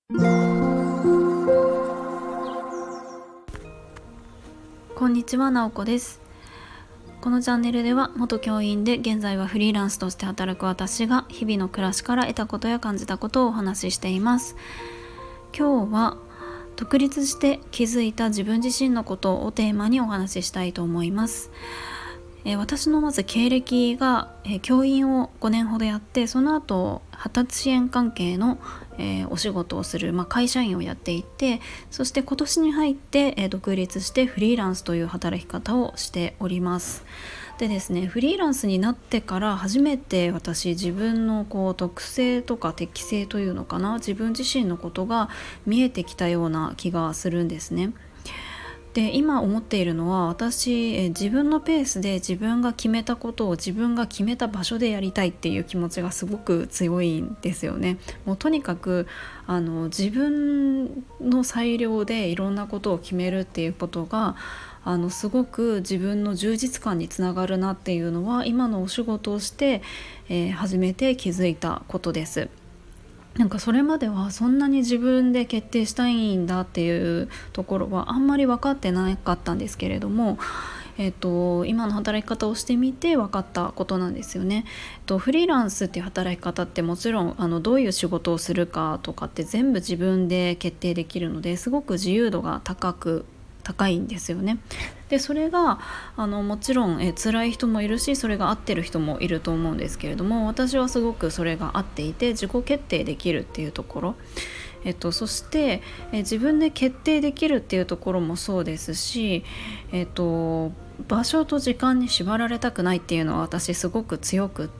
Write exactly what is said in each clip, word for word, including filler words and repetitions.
こんにちは、なおこです。このチャンネルでは元教員で現在はフリーランスとして働く私が日々の暮らしから得たことや感じたことをお話ししています。今日は独立して気づいた自分自身のことをテーマにお話ししたいと思います。えー、私のまず経歴が、えー、教員をごねんほどやって、その後発達支援関係の、えー、お仕事をする、まあ、会社員をやっていて、そして今年に入って、えー、独立してフリーランスという働き方をしております。でですね、フリーランスになってから初めて私自分のこう特性とか適性というのかな、自分自身のことが見えてきたような気がするんですね。で今思っているのは、私え自分のペースで自分が決めたことを自分が決めた場所でやりたいっていう気持ちがすごく強いんですよね。もうとにかくあの自分の裁量でいろんなことを決めるっていうことがあのすごく自分の充実感につながるなっていうのは、今のお仕事をして、えー初めて気づいたことです。なんかそれまではそんなに自分で決定したいんだっていうところはあんまり分かってなかったんですけれども、えっと、今の働き方をしてみて分かったことなんですよね。えっと、フリーランスっていう働き方ってもちろんあのどういう仕事をするかとかって全部自分で決定できるので、すごく自由度が高く高いんですよね。でそれがあのもちろんえ辛い人もいるし、それが合ってる人もいると思うんですけれども、私はすごくそれが合っていて、自己決定できるっていうところ、えっと、そしてえ自分で決定できるっていうところもそうですし、えっと、場所と時間に縛られたくないっていうのは私すごく強くって、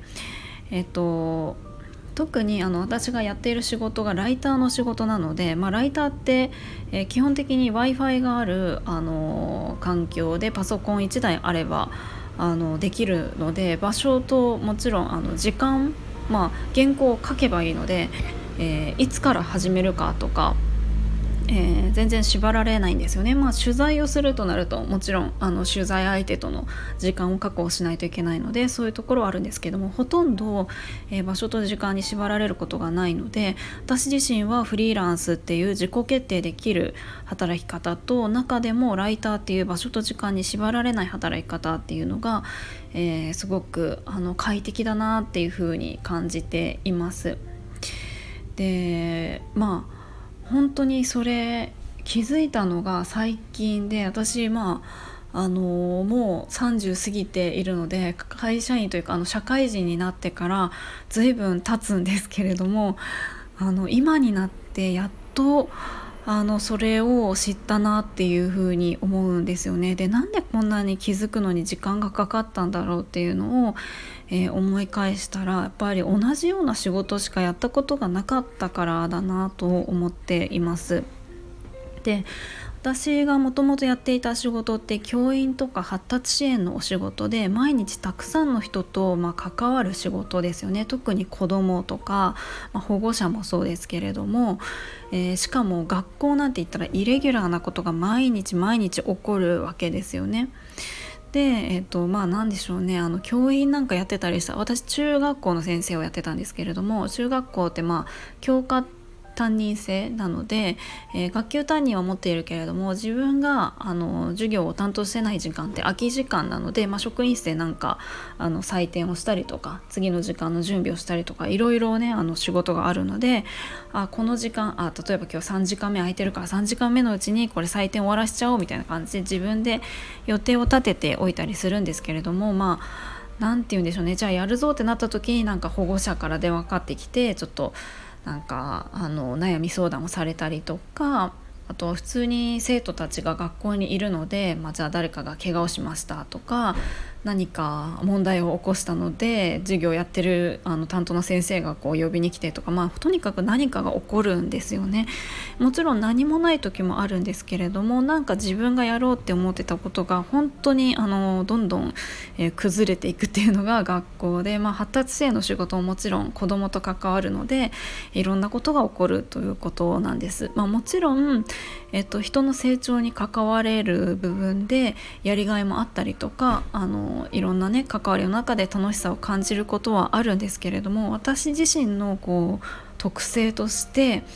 えっと特にあの私がやっている仕事がライターの仕事なので、まあ、ライターって、えー基本的に Wi-Fi がある、あのー環境でパソコンいちだいあればあのできるので、場所ともちろんあの時間、まあ、原稿を書けばいいので、えーいつから始めるかとか、えー全然縛られないんですよね。まあ、取材をするとなるともちろんあの取材相手との時間を確保しないといけないので、そういうところはあるんですけども、ほとんど、えー場所と時間に縛られることがないので、私自身はフリーランスっていう自己決定できる働き方と、中でもライターっていう場所と時間に縛られない働き方っていうのが、えーすごくあの快適だなっていうふうに感じています。でまあ本当にそれ気づいたのが最近で、私まああのもうさんじゅう過ぎているので、会社員というかあの社会人になってから随分経つんですけれども、あの今になってやっとあのそれを知ったなっていうふうに思うんですよね。でなんでこんなに気づくのに時間がかかったんだろうっていうのを、えー思い返したら、やっぱり同じような仕事しかやったことがなかったからだなと思っています。で私がもともとやっていた仕事って教員とか発達支援のお仕事で、毎日たくさんの人と、まあ、関わる仕事ですよね。特に子どもとか、まあ、保護者もそうですけれども、えーしかも学校なんて言ったらイレギュラーなことが毎日毎日起こるわけですよね。で、えっとまあ何でしょうね、あの教員なんかやってたりした、私中学校の先生をやってたんですけれども、中学校ってまあ教科担任制なので、えー学級担任は持っているけれども、自分があの授業を担当してない時間って空き時間なので、まあ、職員室でなんかあの採点をしたりとか、次の時間の準備をしたりとか、いろいろねあの仕事があるので、あこの時間あ例えば今日さんじかんめ空いてるからさんじかんめのうちにこれ採点終わらしちゃおうみたいな感じで自分で予定を立てておいたりするんですけれども、まあなんて言うんでしょうね、じゃあやるぞってなった時になんか保護者から電話かかってきて、ちょっとなんかあの悩み相談をされたりとか、あと普通に生徒たちが学校にいるので、まあ、じゃあ誰かが怪我をしましたとか、何か問題を起こしたので授業をやってるあの担当の先生がこう呼びに来てとか、まあ、とにかく何かが起こるんですよね。もちろん何もない時もあるんですけれども、なんか自分がやろうって思ってたことが本当にあのどんどん、えー崩れていくっていうのが学校で、まあ、発達支援の仕事ももちろん子どもと関わるので、いろんなことが起こるということなんです。まあ、もちろん、えっと、人の成長に関われる部分でやりがいもあったりとか、あのいろんなね関わりの中で楽しさを感じることはあるんですけれども、私自身のこう特性として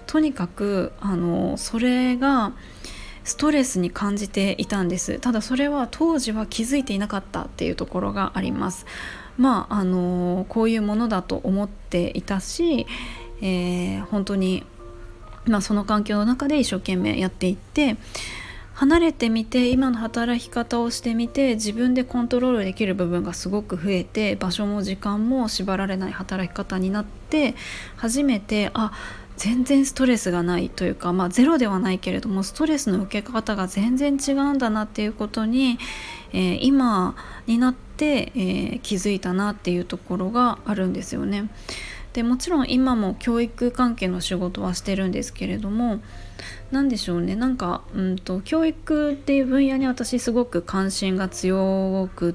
とにかくあのそれがストレスに感じていたんです。ただそれは当時は気づいていなかったっていうところがあります。まああのこういうものだと思っていたし、えー、本当に、まあ、その環境の中で一生懸命やっていって、離れてみて今の働き方をしてみて自分でコントロールできる部分がすごく増えて、場所も時間も縛られない働き方になって初めて、あ、全然ストレスがないというか、まあ、ゼロではないけれどもストレスの受け方が全然違うんだなっていうことに、えー、今になって、えー、気づいたなっていうところがあるんですよね。でもちろん今も教育関係の仕事はしてるんですけれども、なんでしょうね、なんか、うんと、教育っていう分野に私すごく関心が強くって、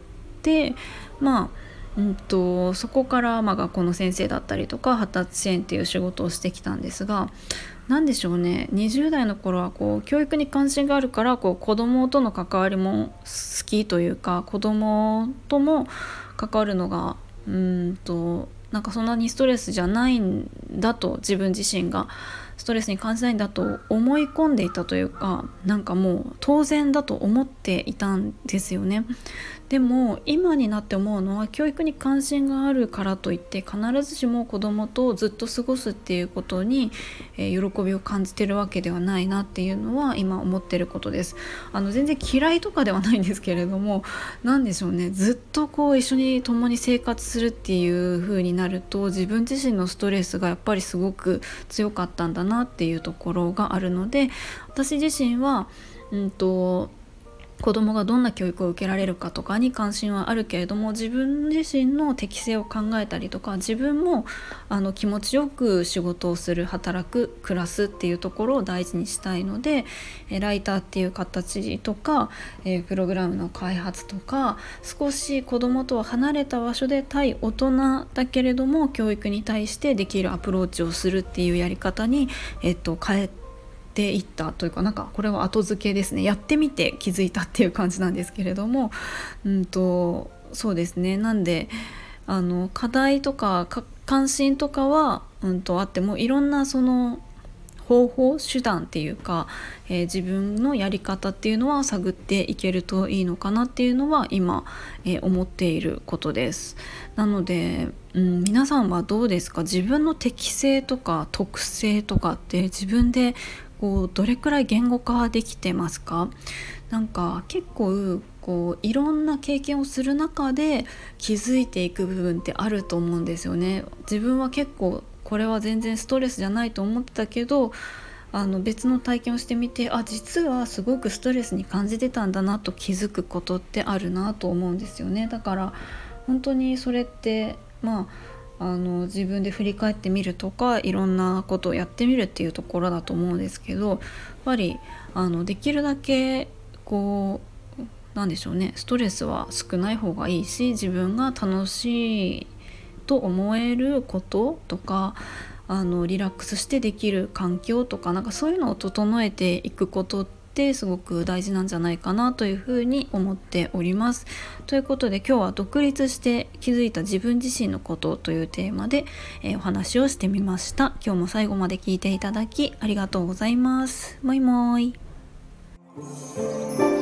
まあうんと、そこから、まあ、学校の先生だったりとか発達支援っていう仕事をしてきたんですが、なんでしょうね、にじゅう代の頃はこう教育に関心があるからこう子どもとの関わりも好きというか、子どもとも関わるのがうんとなんかそんなにストレスじゃないんだと、自分自身がストレスに感じないんだと思い込んでいたというか、なんかもう当然だと思っていたんですよね。でも今になって思うのは、教育に関心があるからといって必ずしも子供とずっと過ごすっていうことに、えー、喜びを感じてるわけではないなっていうのは今思ってることです。あの全然嫌いとかではないんですけれども、なんでしょうね、ずっとこう一緒に共に生活するっていう風になると、自分自身のストレスがやっぱりすごく強かったんだなっていうところがあるので、私自身はうんと子供がどんな教育を受けられるかとかに関心はあるけれども、自分自身の適性を考えたりとか、自分もあの気持ちよく仕事をする、働く、暮らすっていうところを大事にしたいので、ライターっていう形とか、えー、プログラムの開発とか、少し子供とは離れた場所で対大人だけれども教育に対してできるアプローチをするっていうやり方に、えっと、変えてていったというか、なんかこれは後付けですね。やってみて気づいたっていう感じなんですけれども、うんとそうですね、なんであの課題とか関心とかは、うんとあっても、いろんなその方法手段っていうか、えー、自分のやり方っていうのは探っていけるといいのかなっていうのは今、えー、思っていることです。なので、うん、皆さんはどうですか？自分の適性とか特性とかって自分でこうどれくらい言語化できてますか？なんか結構こういろんな経験をする中で気づいていく部分ってあると思うんですよね。自分は結構これは全然ストレスじゃないと思ってたけど、あの別の体験をしてみて、あ、実はすごくストレスに感じてたんだなと気づくことってあるなと思うんですよね。だから本当にそれってまああの自分で振り返ってみるとか、いろんなことをやってみるっていうところだと思うんですけど、やっぱりあのできるだけこうなんでしょうね、ストレスは少ない方がいいし、自分が楽しいと思えることとか、あのリラックスしてできる環境とか、なんかそういうのを整えていくことってってすごく大事なんじゃないかなというふうに思っております。ということで今日は独立して気づいた自分自身のことというテーマで、えー、お話をしてみました。今日も最後まで聞いていただきありがとうございます。もいもーい。